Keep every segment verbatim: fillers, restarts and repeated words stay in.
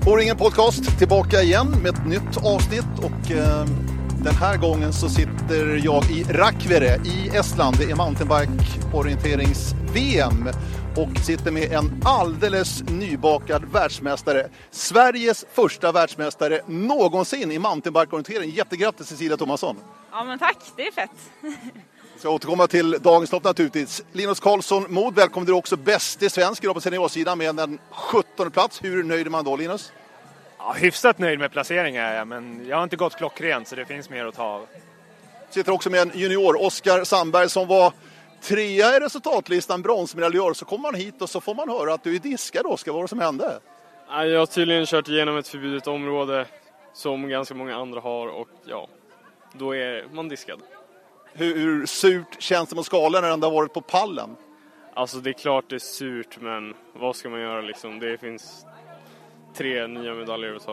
Fåringen podcast tillbaka igen med ett nytt avsnitt och eh, den här gången så sitter jag i Rakvere i Estland. Det är mountainbike-orienterings-V M och sitter med en alldeles nybakad världsmästare. Sveriges första världsmästare någonsin i mountainbike-orientering. Jättegrattis Cecilia Thomasson. Ja men tack, det är fett. Så jag återkommer till dagens lopp naturligtvis. Linus Karlsson Mod, välkommen du också bäst i svensk på seniorsidan med en sjuttonde plats. Hur nöjd är man då, Linus? Ja, hyfsat nöjd med placeringen är jag, men jag har inte gått klockrent så det finns mer att ta av. Sitter också med en junior, Oskar Sandberg, som var trea i resultatlistan, bronsmedaljör. Så kommer man hit och så får man höra att du är diskad, Oskar. Vad var det som hände? Jag har tydligen kört igenom ett förbjudet område som ganska många andra har och ja, då är man diskad. Hur, hur surt känns det mot skalan när den har varit på pallen? Alltså det är klart det är surt, men vad ska man göra liksom? Det finns tre nya medaljer att ta.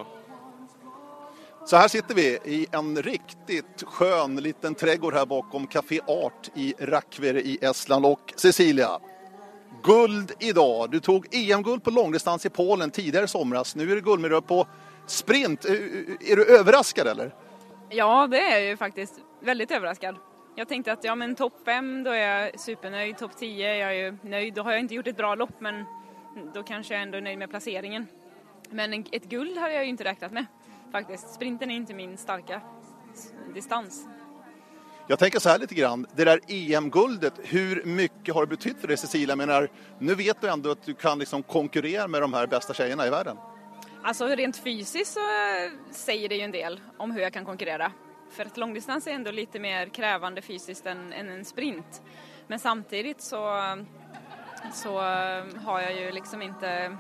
Så här sitter vi i en riktigt skön liten trädgård här bakom Café Art i Rakvere i Estland. Och Cecilia, guld idag. Du tog E M-guld på långdistans i Polen tidigare i somras. Nu är det guldmedalj på sprint. Är du överraskad eller? Ja, det är jag ju faktiskt väldigt överraskad. Jag tänkte att ja, men topp fem, då är jag supernöjd. Topp tio, jag är ju nöjd. Då har jag inte gjort ett bra lopp, men då kanske jag ändå är nöjd med placeringen. Men en, ett guld har jag ju inte räknat med, faktiskt. Sprinten är inte min starka distans. Jag tänker så här lite grann. Det där E M-guldet, hur mycket har det betytt för dig, Cecilia? Jag menar, nu vet du ändå att du kan liksom konkurrera med de här bästa tjejerna i världen. Alltså rent fysiskt så säger det ju en del om hur jag kan konkurrera. För att långdistans är ändå lite mer krävande fysiskt än, än en sprint. Men samtidigt så, så har jag ju liksom inte...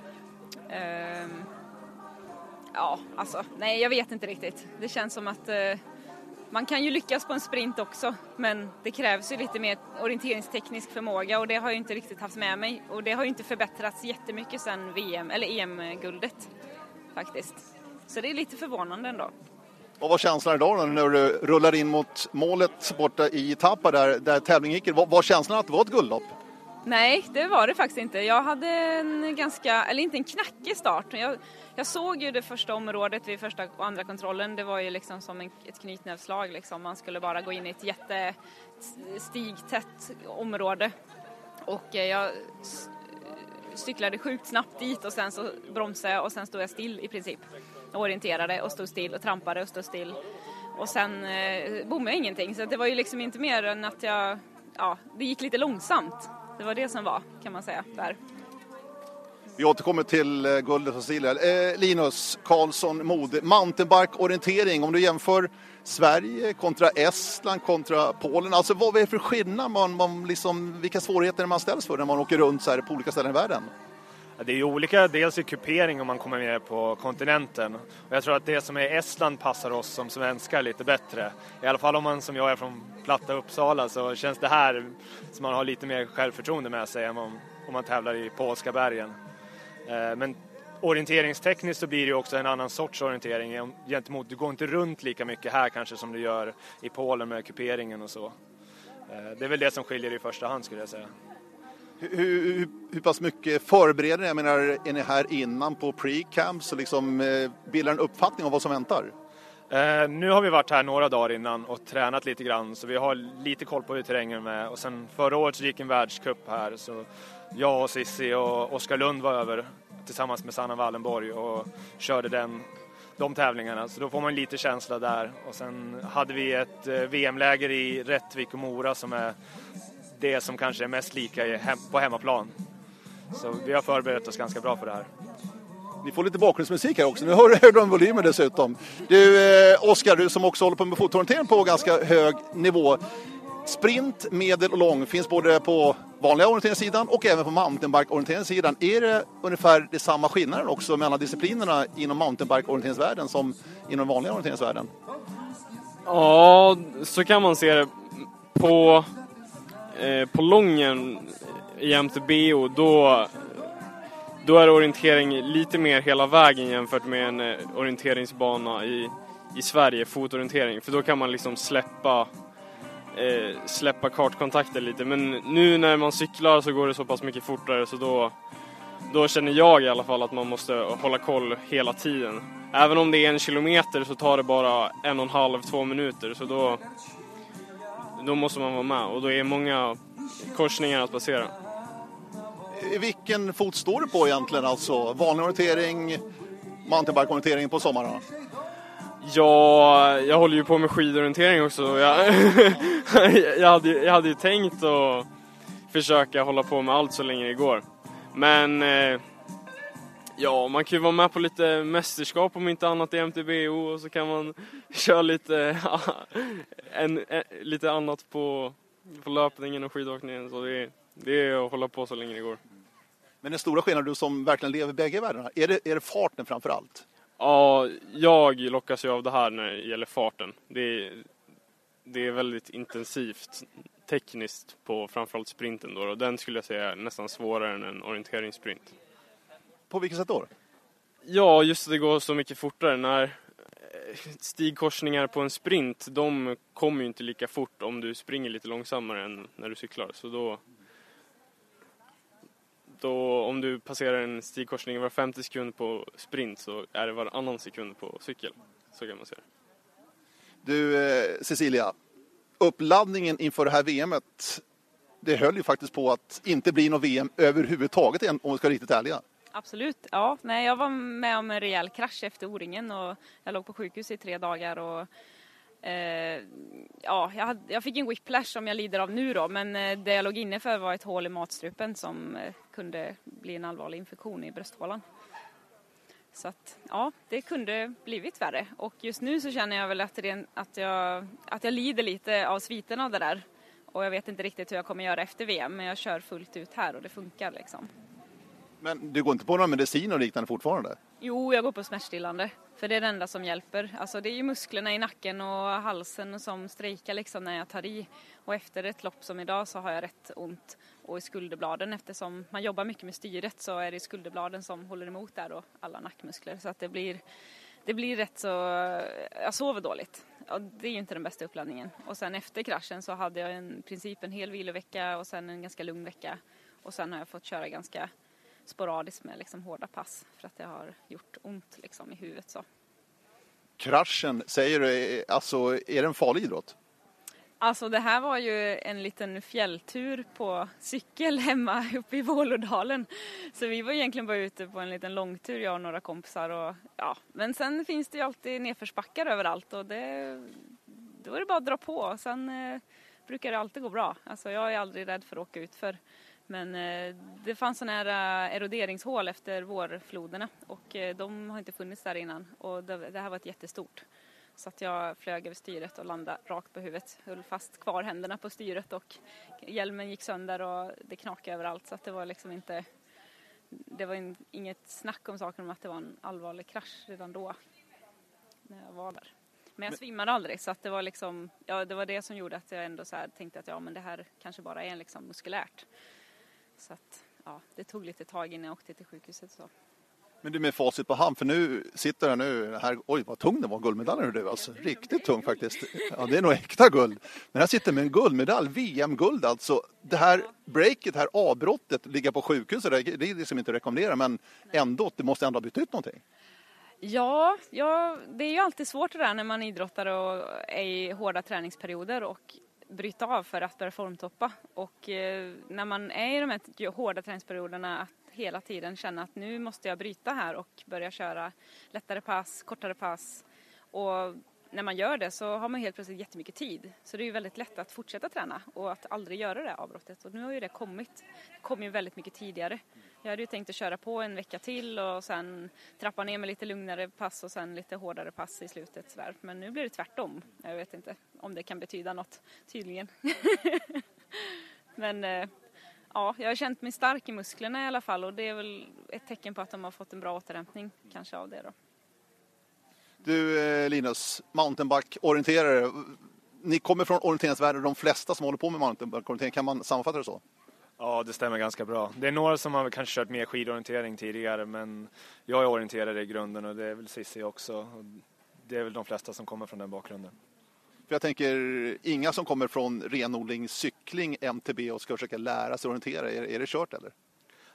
Uh, ja, alltså, nej jag vet inte riktigt. Det känns som att uh, man kan ju lyckas på en sprint också. Men det krävs ju lite mer orienteringsteknisk förmåga och det har jag inte riktigt haft med mig. Och det har ju inte förbättrats jättemycket sedan V M, eller E M-guldet faktiskt. Så det är lite förvånande ändå. Vad var känslan idag när du rullar in mot målet borta i Tapa där, där tävlingen gick? Vad var känslan att det var ett guldlopp? Nej, det var det faktiskt inte. Jag hade en ganska, eller inte en knackig start. Jag, jag såg ju det första området vid första och andra kontrollen. Det var ju liksom som en, ett knytnävslag liksom. Man skulle bara gå in i ett jättestigtätt område. Och jag cyklade sjukt snabbt dit och sen så bromsade jag och sen stod jag still i princip. Jag orienterade och stod still och trampade och stod still. Och sen eh, bommade jag ingenting. Så det var ju liksom inte mer än att jag, ja, det gick lite långsamt. Det var det som var, kan man säga, där. Vi återkommer till uh, guldet, Cecilia. Eh, Linus Karlsson Mod, mountainbike-orientering. Om du jämför Sverige kontra Estland kontra Polen. Alltså vad är det för skillnad? Man, man liksom, vilka svårigheter man ställs för när man åker runt så här på olika ställen i världen? Det är ju olika, dels i kupering om man kommer med på kontinenten. Och jag tror att det som är Estland passar oss som svenskar lite bättre. I alla fall om man som jag är från platta Uppsala så känns det här som man har lite mer självförtroende med sig än om, om man tävlar i polska bergen. Men orienteringstekniskt så blir det ju också en annan sorts orientering gentemot, du går inte runt lika mycket här kanske som du gör i Polen med kuperingen och så. Det är väl det som skiljer i första hand skulle jag säga. Hur, hur, hur pass mycket förbereder ni? Jag menar, är ni här innan på pre-camp så liksom eh, bildar en uppfattning om vad som väntar? Eh, nu har vi varit här några dagar innan och tränat lite grann så vi har lite koll på hur terrängen med. Och sen förra året så gick en världscup här så jag och Sissi och Oskar Lund var över tillsammans med Sanna Wallenborg och körde den, de tävlingarna. Så då får man lite känsla där. Och sen hade vi ett eh, V M-läger i Rättvik och Mora som är det som kanske är mest lika på hemmaplan. Så vi har förberett oss ganska bra för det här. Ni får lite bakgrundsmusik här också. Nu hör, hör du en volymer dessutom. Du, eh, Oskar, du som också håller på med fotorientering på ganska hög nivå. Sprint, medel och lång finns både på vanliga orienteringssidan och även på mountainbike-orienteringssidan. Är det ungefär det samma skillnaden också mellan disciplinerna inom mountainbike-orienteringsvärlden som inom vanliga orienteringsvärlden? Ja, så kan man se det. På, eh, på lången jämte B O, då, då är orientering lite mer hela vägen jämfört med en eh, orienteringsbana i, i Sverige, fotorientering. För då kan man liksom släppa Eh, släppa kartkontakter lite, men nu när man cyklar så går det så pass mycket fortare så då, då känner jag i alla fall att man måste hålla koll hela tiden. Även om det är en kilometer så tar det bara en och en halv, två minuter. Så då, då måste man vara med. Och då är många korsningar att passera. Vilken fot står du på egentligen? Alltså vanlig orientering, mountainbike-orientering på sommaren? Ja, jag håller ju på med skidorientering också. Jag, jag, hade, jag hade ju tänkt att försöka hålla på med allt så länge det går. Men eh, ja, man kan ju vara med på lite mästerskap om inte annat i M T B O. Och så kan man köra lite, en, en, lite annat på, på löpningen och skidåkningen. Så det, det är att hålla på så länge det går. Men den stora skillnaden, du som verkligen lever bägge världarna, är det, är det farten framför allt? Ja, jag lockas ju av det här när det gäller farten. Det är, det är väldigt intensivt tekniskt på framförallt sprinten då. Och den skulle jag säga är nästan svårare än en orienteringssprint. På vilket sätt då? Ja, just det går så mycket fortare. När stigkorsningar på en sprint, de kommer ju inte lika fort om du springer lite långsammare än när du cyklar. Så då... Då, om du passerar en stigkorsning var femtio sekund på sprint så är det varannan sekund på cykel. Så kan man säga. Du, eh, Cecilia, uppladdningen inför det här V M:et, det höll ju faktiskt på att inte bli något V M överhuvudtaget än, om vi ska riktigt ärliga. Absolut, ja. Nej, jag var med om en rejäl krasch efter O-ringen och jag låg på sjukhus i tre dagar och Eh, ja, jag, hade, jag fick en whiplash som jag lider av nu då, men eh, det jag låg inne för var ett hål i matstrupen som eh, kunde bli en allvarlig infektion i brösthålan. Så att, ja, det kunde blivit värre. Och just nu så känner jag väl att, det, att, jag, att jag lider lite av sviterna av det där. Och jag vet inte riktigt hur jag kommer göra efter V M, men jag kör fullt ut här och det funkar liksom. Men du går inte på några medicin och liknande fortfarande? Jo, jag går på smärtstillande. För det är det enda som hjälper. Alltså det är ju musklerna i nacken och halsen som strejkar liksom när jag tar i. Och efter ett lopp som idag så har jag rätt ont och i skulderbladen. Eftersom man jobbar mycket med styret så är det skulderbladen som håller emot där och alla nackmuskler. Så att det blir, det blir rätt så... Jag sover dåligt. Och det är ju inte den bästa uppladdningen. Och sen efter kraschen så hade jag en princip en hel vilovecka och sen en ganska lugn vecka. Och sen har jag fått köra ganska sporadiskt med liksom hårda pass för att det har gjort ont liksom i huvudet. Så. Kraschen, säger du, alltså är det en farlig idrott? Alltså det här var ju en liten fjälltur på cykel hemma uppe i Vålådalen. Så vi var egentligen bara ute på en liten långtur, jag och några kompisar. Och, ja. Men sen finns det ju alltid nedförsbackar överallt och det, då är det bara att dra på. Sen eh, brukar det alltid gå bra. Alltså jag är aldrig rädd för att åka ut för. Men eh, det fanns sådana här eh, eroderingshål efter vårfloderna och eh, de har inte funnits där innan. Och det, det här var ett jättestort. Så att jag flög över styret och landade rakt på huvudet. Höll fast kvar händerna på styret och hjälmen gick sönder och det knakade överallt. Så att det var liksom inte, det var in, inget snack om saken om att det var en allvarlig krasch redan då. När jag var där. Men jag svimmade aldrig så att det var liksom, ja det var det som gjorde att jag ändå så här tänkte att ja men det här kanske bara är en liksom muskulärt. Så att ja, det tog lite tag innan jag åkte till sjukhuset så. Men du med facit på hand, för nu sitter jag nu här, oj vad tung det var, guldmedaljen du, alltså riktigt tung faktiskt. Ja, det är nog äkta guld. Men här sitter med en guldmedalj, V M-guld alltså. Det här breaket, här avbrottet, ligga på sjukhuset, det är det som inte rekommenderar, men ändå, det måste ändå ha betytt någonting. Ja, ja, det är ju alltid svårt det där när man idrottar och är i hårda träningsperioder och bryta av för att börja formtoppa. Och eh, när man är i de här hårda träningsperioderna att hela tiden känna att nu måste jag bryta här och börja köra lättare pass, kortare pass. Och när man gör det så har man helt plötsligt jättemycket tid. Så det är ju väldigt lätt att fortsätta träna och att aldrig göra det avbrottet. Och nu har ju det kommit. Det kom ju väldigt mycket tidigare. Jag hade ju tänkt att köra på en vecka till och sen trappa ner med lite lugnare pass och sen lite hårdare pass i slutet. Sådär. Men nu blir det tvärtom. Jag vet inte om det kan betyda något, tydligen. Men eh, ja, jag har känt mig stark i musklerna i alla fall och det är väl ett tecken på att de har fått en bra återhämtning kanske av det då. Du eh, Linus, mountainbike-orienterare. Ni kommer från orienteringsvärlden, de flesta som håller på med mountainbike-orientering, kan man sammanfatta det så? Ja, det stämmer ganska bra. Det är några som har kanske kört mer skidorientering tidigare, men jag är orienterad i grunden och det är väl Cissi också. Det är väl de flesta som kommer från den bakgrunden. För jag tänker, inga som kommer från renodling, cykling, M T B och ska försöka lära sig orientera, är, är det kört eller?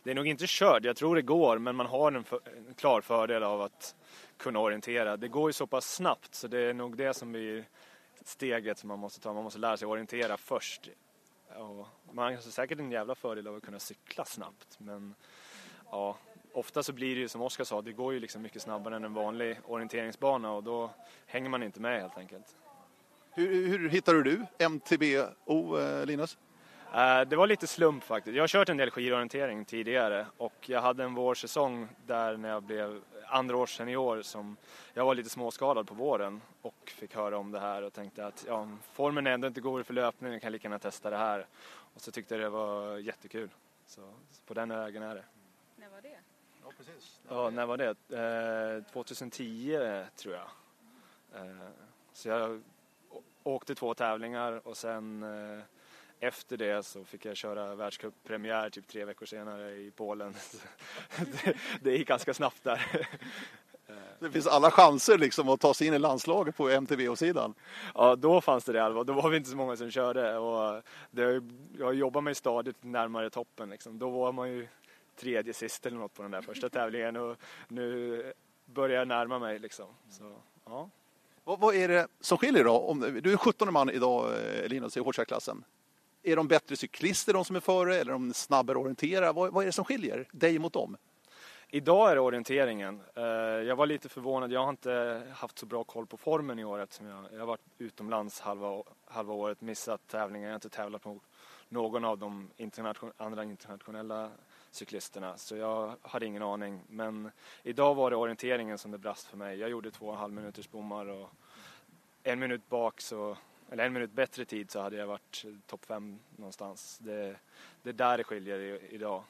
det är nog inte kört, jag tror det går, men man har en, för, en klar fördel av att kunna orientera. Det går ju så pass snabbt så det är nog det som blir steget som man måste ta. Man måste lära sig orientera först. Och man har säkert en jävla fördel av att kunna cykla snabbt, men ja, ofta så blir det ju som Oskar sa, det går ju liksom mycket snabbare än en vanlig orienteringsbana och då hänger man inte med helt enkelt. Hur, hur hittade du M T B O, Linus? Uh, det var lite slump faktiskt. Jag har kört en del skidorientering tidigare och jag hade en vårsäsong där när jag blev andra års senior som jag var lite småskadad på våren och fick höra om det här och tänkte att ja, formen är ändå inte god för löpning, jag kan lika gärna testa det här. Och så tyckte jag det var jättekul. Så, så på den vägen är det. När var det? Ja, precis. Ja, när var det? Uh, tjugohundratio tror jag. Uh, så jag åkte två tävlingar och sen uh, efter det så fick jag köra världscuppremiär typ tre veckor senare i Polen. det, det gick ganska snabbt där. Det finns alla chanser liksom att ta sig in i landslaget på M T B O-sidan. Ja, då fanns det det allvar. Då var vi inte så många som körde. Och det, jag jobbade mig stadigt närmare toppen. Liksom. Då var man ju tredje sist eller något på den där första tävlingen. Och nu börjar jag närma mig. Liksom. Så, ja. Vad, vad är det som skiljer då? Om, du är sjutton man idag, Linus, i H C-klassen. Är de bättre cyklister de som är före eller är de snabbare orienterar? Vad, vad är det som skiljer dig mot dem? Idag är det orienteringen. Jag var lite förvånad. Jag har inte haft så bra koll på formen i år eftersom jag, jag har varit utomlands halva, halva året, missat tävlingar. Jag har inte tävlat på någon av de internation, andra internationella cyklisterna. Så jag hade ingen aning. Men idag var det orienteringen som det brast för mig. Jag gjorde två och en halv minuters bommar och en minut bak så... Eller en minut bättre tid så hade jag varit topp fem någonstans. Det, det är där det skiljer i, idag.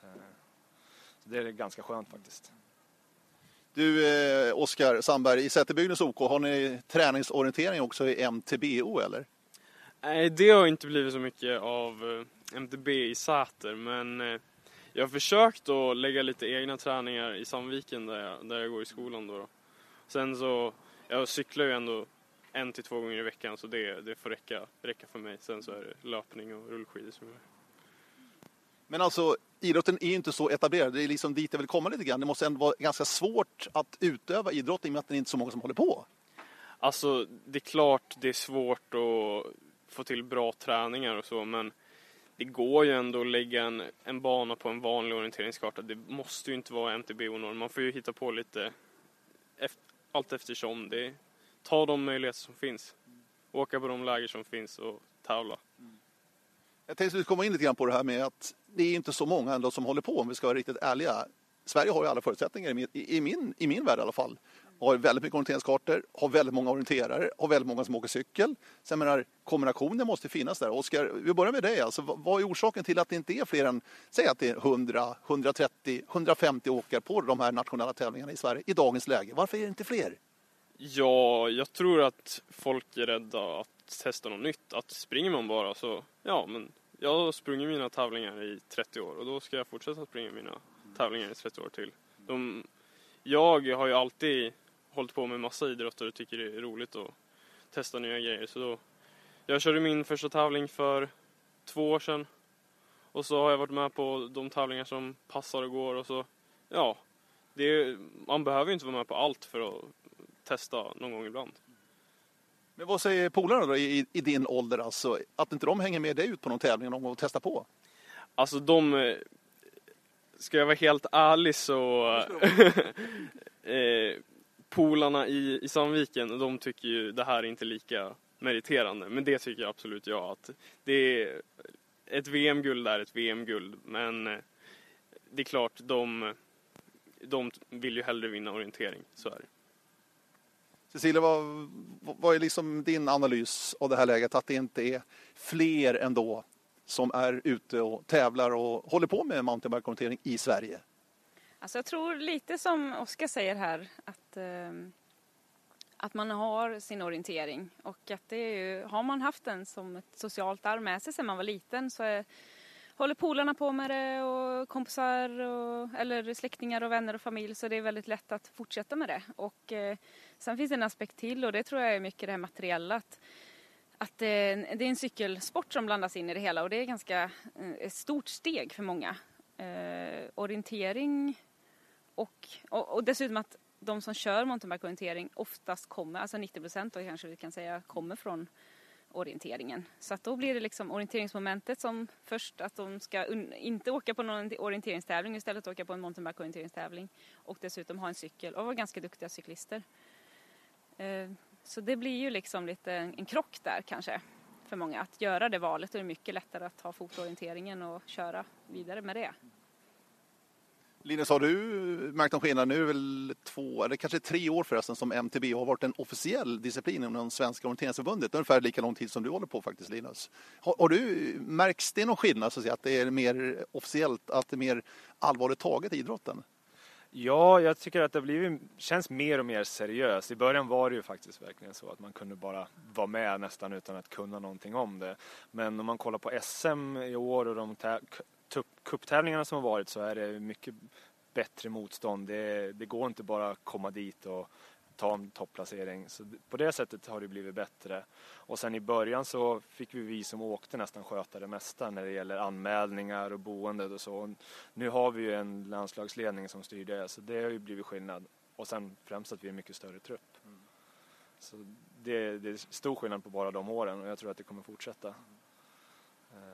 Så det är ganska skönt faktiskt. Du, eh, Oskar Sandberg, i Säterbygdens O K, har ni träningsorientering också i M T B O eller? Nej, det har inte blivit så mycket av M T B i Säter, men eh, jag har försökt att lägga lite egna träningar i Sandviken där jag, där jag går i skolan då. Sen så, jag cyklar ju ändå en till två gånger i veckan så det, det får räcka, räcka för mig. Sen så är det löpning och rullskidor som är. Men alltså, idrotten är ju inte så etablerad. Det är liksom dit jag vill komma lite grann. Det måste ändå vara ganska svårt att utöva idrott i och med att det är inte så många som håller på. Alltså, det är klart det är svårt att få till bra träningar och så, men det går ju ändå att lägga en, en bana på en vanlig orienteringskarta. Det måste ju inte vara M T B O-norm. Man får ju hitta på lite efter, allt eftersom det. Ta de möjligheter som finns. Åka på de läger som finns och tävla. Jag tänkte att vi komma in lite grann på det här med att det är inte så många ändå som håller på, om vi ska vara riktigt ärliga. Sverige har ju alla förutsättningar, i min, i min, i min värld i alla fall. Har väldigt mycket orienteringskartor, har väldigt många orienterare, har väldigt många som åker cykel. Sen menar, kombinationen måste finnas där. Oskar, vi börjar med dig. Alltså, vad är orsaken till att det inte är fler än, säg att det är hundra, hundratrettio, hundrafemtio åkare på de här nationella tävlingarna i Sverige i dagens läge? Varför är det inte fler? Ja, jag tror att folk är rädda att testa något nytt. Att springer man bara så, ja men jag har sprungit mina tävlingar i trettio år och då ska jag fortsätta springa mina tävlingar i trettio år till. De, jag har ju alltid hållit på med massa idrotter och tycker det är roligt att testa nya grejer. Så då, jag körde min första tävling för två år sedan och så har jag varit med på de tävlingar som passar och går och så, ja, det är, man behöver ju inte vara med på allt för att testa någon gång ibland. Men vad säger polarna då i, i din ålder, alltså, att inte de hänger med dig ut på någon tävling någon gång och testar på? Alltså de, ska jag vara helt ärlig så eh, polarna i, i Sandviken, de tycker ju det här är inte lika meriterande, men det tycker jag absolut jag, att det är ett V M-guld är ett V M-guld, men det är klart de, de vill ju hellre vinna orientering, så är det. Cecilia, vad, vad är liksom din analys av det här läget, att det inte är fler ändå som är ute och tävlar och håller på med mountainbike-orientering i Sverige? Alltså jag tror lite som Oskar säger här, att, eh, att man har sin orientering och att det är ju, har man haft den som ett socialt arv med sig sedan man var liten så är, håller polarna på med det och kompisar och, eller släktingar och vänner och familj, så det är väldigt lätt att fortsätta med det. Och eh, sen finns det en aspekt till och det tror jag är mycket det här materiella, att, att det, det är en cykelsport som blandas in i det hela och det är ganska ett stort steg för många. Eh, orientering och, och, och dessutom att de som kör mountainbike-orientering oftast kommer, alltså nittio procent då kanske vi kan säga, kommer från orienteringen. Så att då blir det liksom orienteringsmomentet som först att de ska un- inte åka på någon orienteringstävling, istället åka på en mountainbike-orienteringstävling och dessutom ha en cykel och vara ganska duktiga cyklister. Eh, så det blir ju liksom lite en, en krock där kanske för många att göra det valet, och det är mycket lättare att ha fotorienteringen och köra vidare med det. Linus, har du märkt någon skillnad? Nu är det väl två, eller kanske tre år förresten som M T B har varit en officiell disciplin inom Svenska orienteringsförbundet. Ungefär lika lång tid som du håller på faktiskt, Linus. Har, har du, märks det någon skillnad så att säga, att det är mer officiellt, att det är mer allvarligt taget i idrotten? Ja, jag tycker att det blivit, känns mer och mer seriöst. I början var det ju faktiskt verkligen så att man kunde bara vara med nästan utan att kunna någonting om det. Men om man kollar på S M i år och de tä- cuptävlingarna som har varit, så är det mycket bättre motstånd. Det, det går inte bara komma dit och ta en topplacering. Så på det sättet har det blivit bättre. Och sen i början så fick vi vi som åkte nästan sköta det mesta när det gäller anmälningar och boendet och så. Nu har vi ju en landslagsledning som styr det, så det har ju blivit skillnad. Och sen främst att vi är en mycket större trupp. Mm. Så det, det är stor skillnad på bara de åren, och jag tror att det kommer fortsätta. Mm.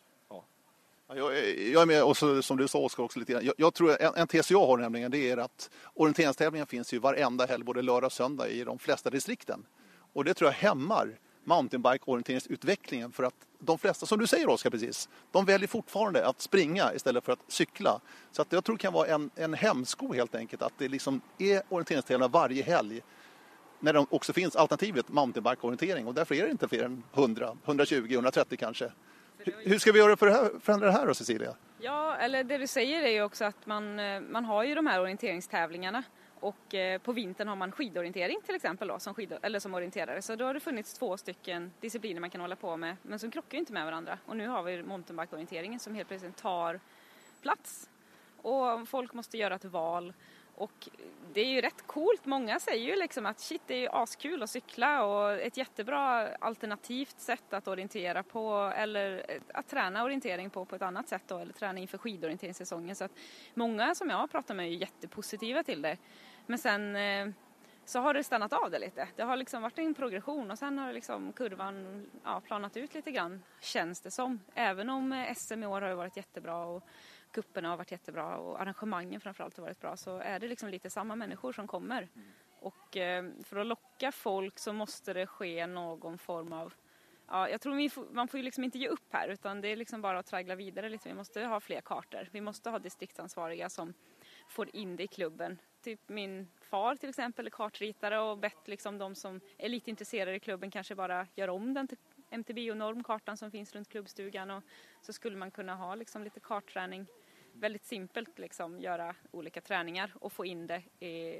Jag, jag är med, och så, som du sa Oskar också lite grann. Jag, jag tror en, en tes jag har nämligen, det är att orienteringstävlingar finns ju varenda helg, både lördag och söndag i de flesta distrikten. Och det tror jag hämmar mountainbike-orienteringsutvecklingen, för att de flesta, som du säger Oskar precis, de väljer fortfarande att springa istället för att cykla. Så att jag tror det kan vara en, en hämsko helt enkelt, att det liksom är orienteringstävlingar varje helg, när det också finns alternativet mountainbike-orientering, och därför är det inte fler än hundra, hundratjugo, hundratrettio kanske. Hur ska vi göra för att förändra det här då, Cecilia? Ja, eller det du säger är ju också att man, man har ju de här orienteringstävlingarna, och på vintern har man skidorientering till exempel då, som, skid, eller som orienterare. Så då har det funnits två stycken discipliner man kan hålla på med, men som krockar ju inte med varandra. Och nu har vi mountainbike-orienteringen som helt plötsligt tar plats, och folk måste göra ett val. Och det är ju rätt coolt. Många säger ju liksom att shit, det är ju askul att cykla och ett jättebra alternativt sätt att orientera på, eller att träna orientering på på ett annat sätt då, eller träna inför skidorienteringssäsongen. Så att många som jag har pratat med är jättepositiva till det. Men sen eh, så har det stannat av det lite. Det har liksom varit en progression, och sen har liksom kurvan ja, planat ut lite grann, känns det som. Även om S M i år har varit jättebra och kupperna har varit jättebra och arrangemangen framförallt har varit bra, så är det liksom lite samma människor som kommer. Mm. Och eh, för att locka folk så måste det ske någon form av, ja, jag tror vi får, man får ju liksom inte ge upp här, utan det är liksom bara att traggla vidare lite. Vi måste ha fler kartor. Vi måste ha distriktsansvariga som får in det i klubben. Typ min far till exempel är kartritare, och bett liksom de som är lite intresserade i klubben kanske bara gör om den till M T B och-normkartan som finns runt klubbstugan, och så skulle man kunna ha liksom lite kartträning. Väldigt simpelt liksom, göra olika träningar och få in det i,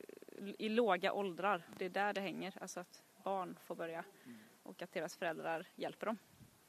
i låga åldrar. Det är där det hänger, alltså att barn får börja och att deras föräldrar hjälper dem.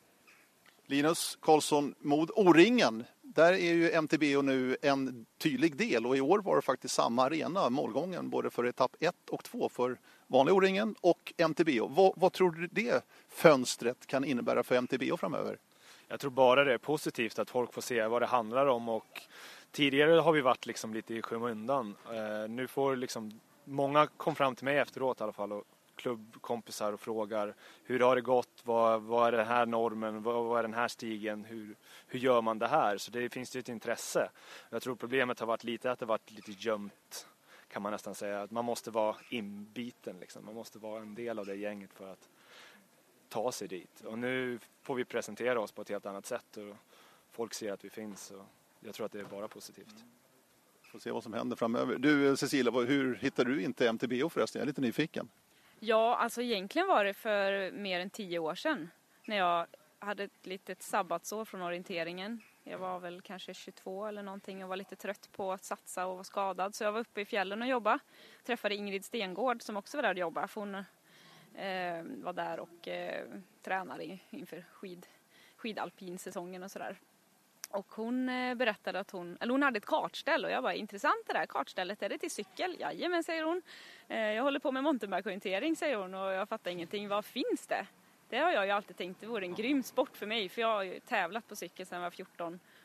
Linus Karlsson, Mod O-ringen, där är ju M T B O nu en tydlig del, och i år var det faktiskt samma arena, målgången både för etapp ett och två för vanliga O-ringen och M T B O. Vad, vad tror du det fönstret kan innebära för M T B O framöver? Jag tror bara det är positivt att folk får se vad det handlar om, och tidigare har vi varit liksom lite i skymundan. Eh, nu får liksom, många kom fram till mig efteråt i alla fall, och klubbkompisar och frågar hur har det gått, vad, vad är den här normen, vad, vad är den här stigen, hur, hur gör man det här? Så det finns ju ett intresse. Jag tror problemet har varit lite att det har varit lite gömt, kan man nästan säga. Att man måste vara inbiten, liksom. Man måste vara en del av det gänget för att ta sig dit. Och nu får vi presentera oss på ett helt annat sätt, och folk ser att vi finns, och jag tror att det är bara positivt. Får se vad som händer framöver. Du Cecilia, hur hittar du inte M T B O förresten? Jag är lite nyfiken. Ja, alltså egentligen var det för mer än tio år sedan när jag hade ett litet sabbatsår från orienteringen. Jag var väl kanske tjugotvå eller någonting och var lite trött på att satsa och var skadad. Så jag var uppe i fjällen och jobbade. Träffade Ingrid Stengård som också var där och jobbade. För hon eh, var där och eh, tränade inför skid, skidalpinsäsongen och sådär. Och hon eh, berättade att hon, eller hon hade ett kartställ, och jag var intressant det där kartstället, är det till cykel? Jajamän, säger hon. Eh, jag håller på med mountainbike-orientering, säger hon, och jag fattar ingenting. Vad finns det? Det har jag ju alltid tänkt, det vore en grym sport för mig, för jag har ju tävlat på cykel sedan jag var fjorton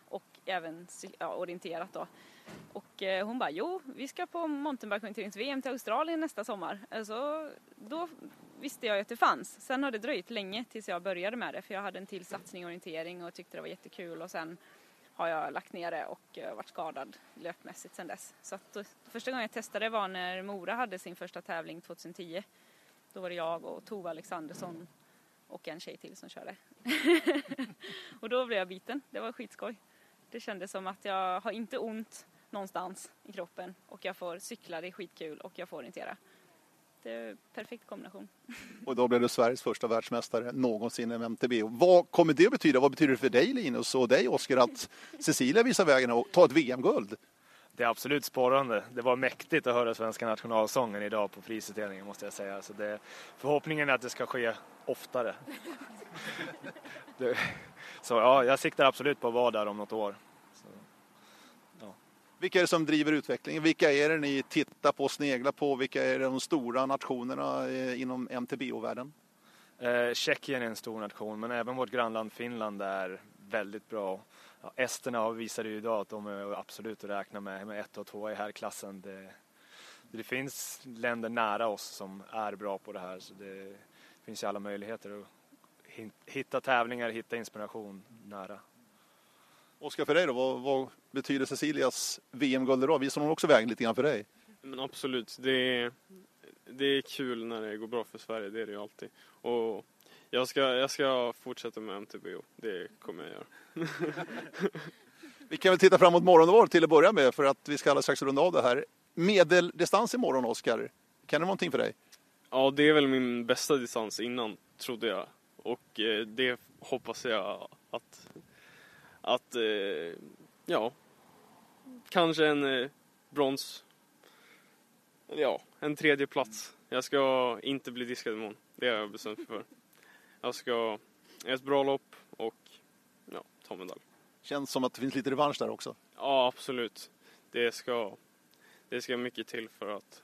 och även ja, orienterat då. Och eh, hon bara, jo, vi ska på mountainbike-orienterings-V M till Australien nästa sommar. Alltså, då visste jag att det fanns. Sen har det dröjt länge tills jag började med det, för jag hade en till satsning orientering och tyckte det var jättekul, och sen har jag lagt ner det och uh, varit skadad löpmässigt sedan dess. Så att, då, första gången jag testade var när Mora hade sin första tävling tjugohundratio. Då var det jag och Tove Alexandersson och en tjej till som körde. Och då blev jag biten. Det var skitskoj. Det kändes som att jag har inte ont någonstans i kroppen och jag får cykla, det är skitkul, och jag får orientera. Det är en perfekt kombination. Och då blev du Sveriges första världsmästare någonsin i M T B. Och vad kommer det betyda? Vad betyder det för dig, Linus, och dig, Oskar, att Cecilia visar vägen och tar ett V M-guld? Det är absolut sporrande. Det var mäktigt att höra svenska nationalsången idag på prisutdelningen, måste jag säga. Så det, förhoppningen är att det ska ske oftare. det, så ja, jag siktar absolut på att vara där om något år. Så, ja. Vilka är det som driver utvecklingen? Vilka är det ni tittar på och sneglar på? Vilka är de stora nationerna eh, inom M T B O-världen? Eh, Tjeckien är en stor nation, men även vårt grannland Finland är väldigt bra. Ja, esterna visade ju idag att de är absolut att räkna med, med ett och två i här klassen. Det, det finns länder nära oss som är bra på det här, så det finns ju alla möjligheter att hitta tävlingar, hitta inspiration nära. Oskar, för dig då, vad, vad betyder Cecilias V M-guld idag? Visar hon också vägen lite grann för dig? Men absolut, det är, det är kul när det går bra för Sverige, det är det ju alltid. Och jag ska, jag ska fortsätta med M T B O, det kommer jag göra. Vi kan väl titta framåt morgondag till att börja med, för att vi ska alldeles strax runda av det här. Medeldistans imorgon, Oskar, kan det vara någonting för dig? Ja, det är väl min bästa distans innan, trodde jag. Och eh, det hoppas jag att, att eh, ja, kanske en eh, brons, ja, en tredje plats. Jag ska inte bli diskad imorgon, det har jag bestämt för. Jag ska göra ett bra lopp och ja, ta medalj. Känns som att det finns lite revansch där också. Ja, absolut. Det ska, det ska mycket till för att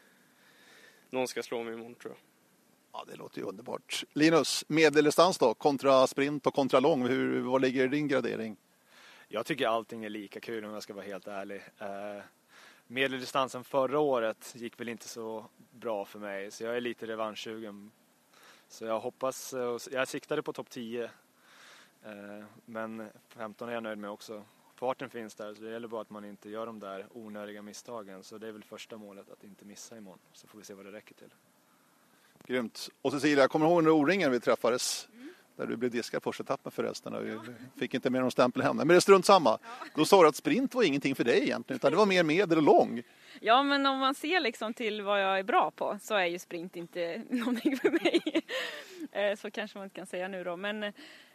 någon ska slå mig imorgon, tror jag. Ja, det låter ju underbart. Linus, medeldistans då, kontra sprint och kontra lång. Hur, vad ligger din gradering? Jag tycker allting är lika kul, om jag ska vara helt ärlig. Eh, medeldistansen förra året gick väl inte så bra för mig, så jag är lite revanschsugen. Så jag hoppas, jag siktade på topp tio, eh, men femton är jag nöjd med också. Farten finns där, så det gäller bara att man inte gör de där onödiga misstagen. Så det är väl första målet, att inte missa imorgon. Så får vi se vad det räcker till. Grymt. Och Cecilia, jag kommer ihåg när O-ringen vi träffades, mm. där du blev diskad första etappen förresten. Och vi fick inte mer någon stämpel hemma. Men det är strunt samma. Ja. Då sa du att sprint var ingenting för dig egentligen, utan det var mer medel och lång. Ja, men om man ser liksom till vad jag är bra på, så är ju sprint inte någonting för mig. Så kanske man inte kan säga nu då. Men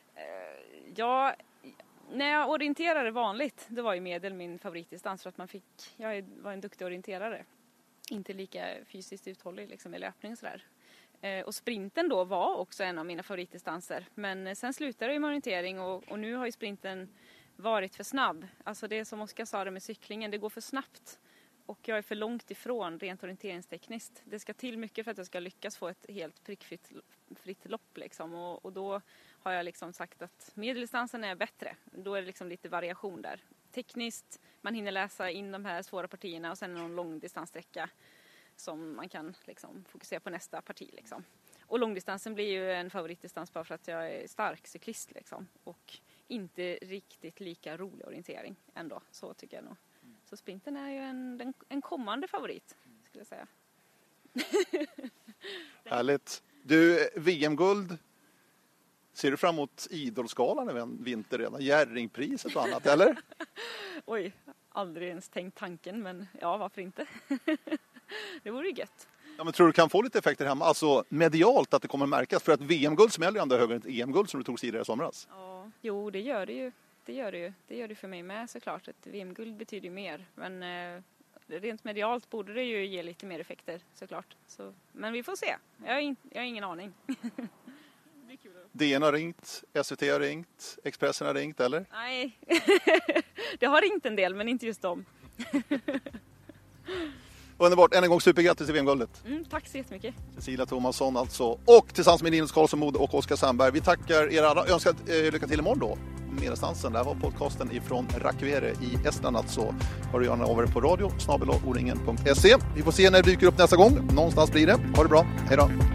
ja, när jag orienterade vanligt, det var ju medel min favoritdistans, för att man fick, jag var en duktig orienterare. Inte lika fysiskt uthållig liksom i löpning och sådär. Och sprinten då var också en av mina favoritdistanser. Men sen slutade jag med orientering och, och nu har ju sprinten varit för snabb. Alltså det som Oskar sa det med cyklingen, det går för snabbt. Och jag är för långt ifrån rent orienteringstekniskt. Det ska till mycket för att jag ska lyckas få ett helt prickfritt fritt lopp liksom. Och, och då har jag liksom sagt att medeldistansen är bättre. Då är det liksom lite variation där. Tekniskt, man hinner läsa in de här svåra partierna och sen någon långdistanssträcka som man kan liksom fokusera på nästa parti liksom. Och långdistansen blir ju en favoritdistans bara för att jag är stark cyklist liksom. Och inte riktigt lika rolig orientering ändå, så tycker jag nog. Så sprinten är ju en, en kommande favorit, skulle jag säga. Härligt. Du, V M-guld. Ser du fram emot Idolskalan i vinter redan? Jerringpriset och annat, eller? Oj, aldrig ens tänkt tanken, men ja, varför inte? Det vore ju gött. Ja, men tror du kan få lite effekter hemma? Alltså medialt att det kommer märkas? För att V M-guld smäller ju ändå högre än ett E M-guld som du tog tidigare i somras. Ja, jo, det gör det ju. Det gör det ju. Det gör det för mig med såklart. Ett V M-guld betyder ju mer. Men eh, rent medialt borde det ju ge lite mer effekter såklart. Så, men vi får se. Jag har, in, jag har ingen aning. Det är kul. D N har ringt, S V T har ringt, Expressen har ringt, eller? Nej, det har ringt en del men inte just dem. Underbart. Än en gång supergrattis till V M-guldet. Mm, tack så jättemycket. Cecilia Thomasson alltså. Och tillsammans med Linus Karlsson Mod och Oskar Sandberg. Vi tackar er alla. Önskar eh, lycka till imorgon då. Medeldistansen. Det här var podcasten ifrån Rakvere i Estland. Alltså har du gärna av er på radio snabel-a o-ringen punkt se. Vi får se när det dyker upp nästa gång. Någonstans blir det. Ha det bra. Hej då.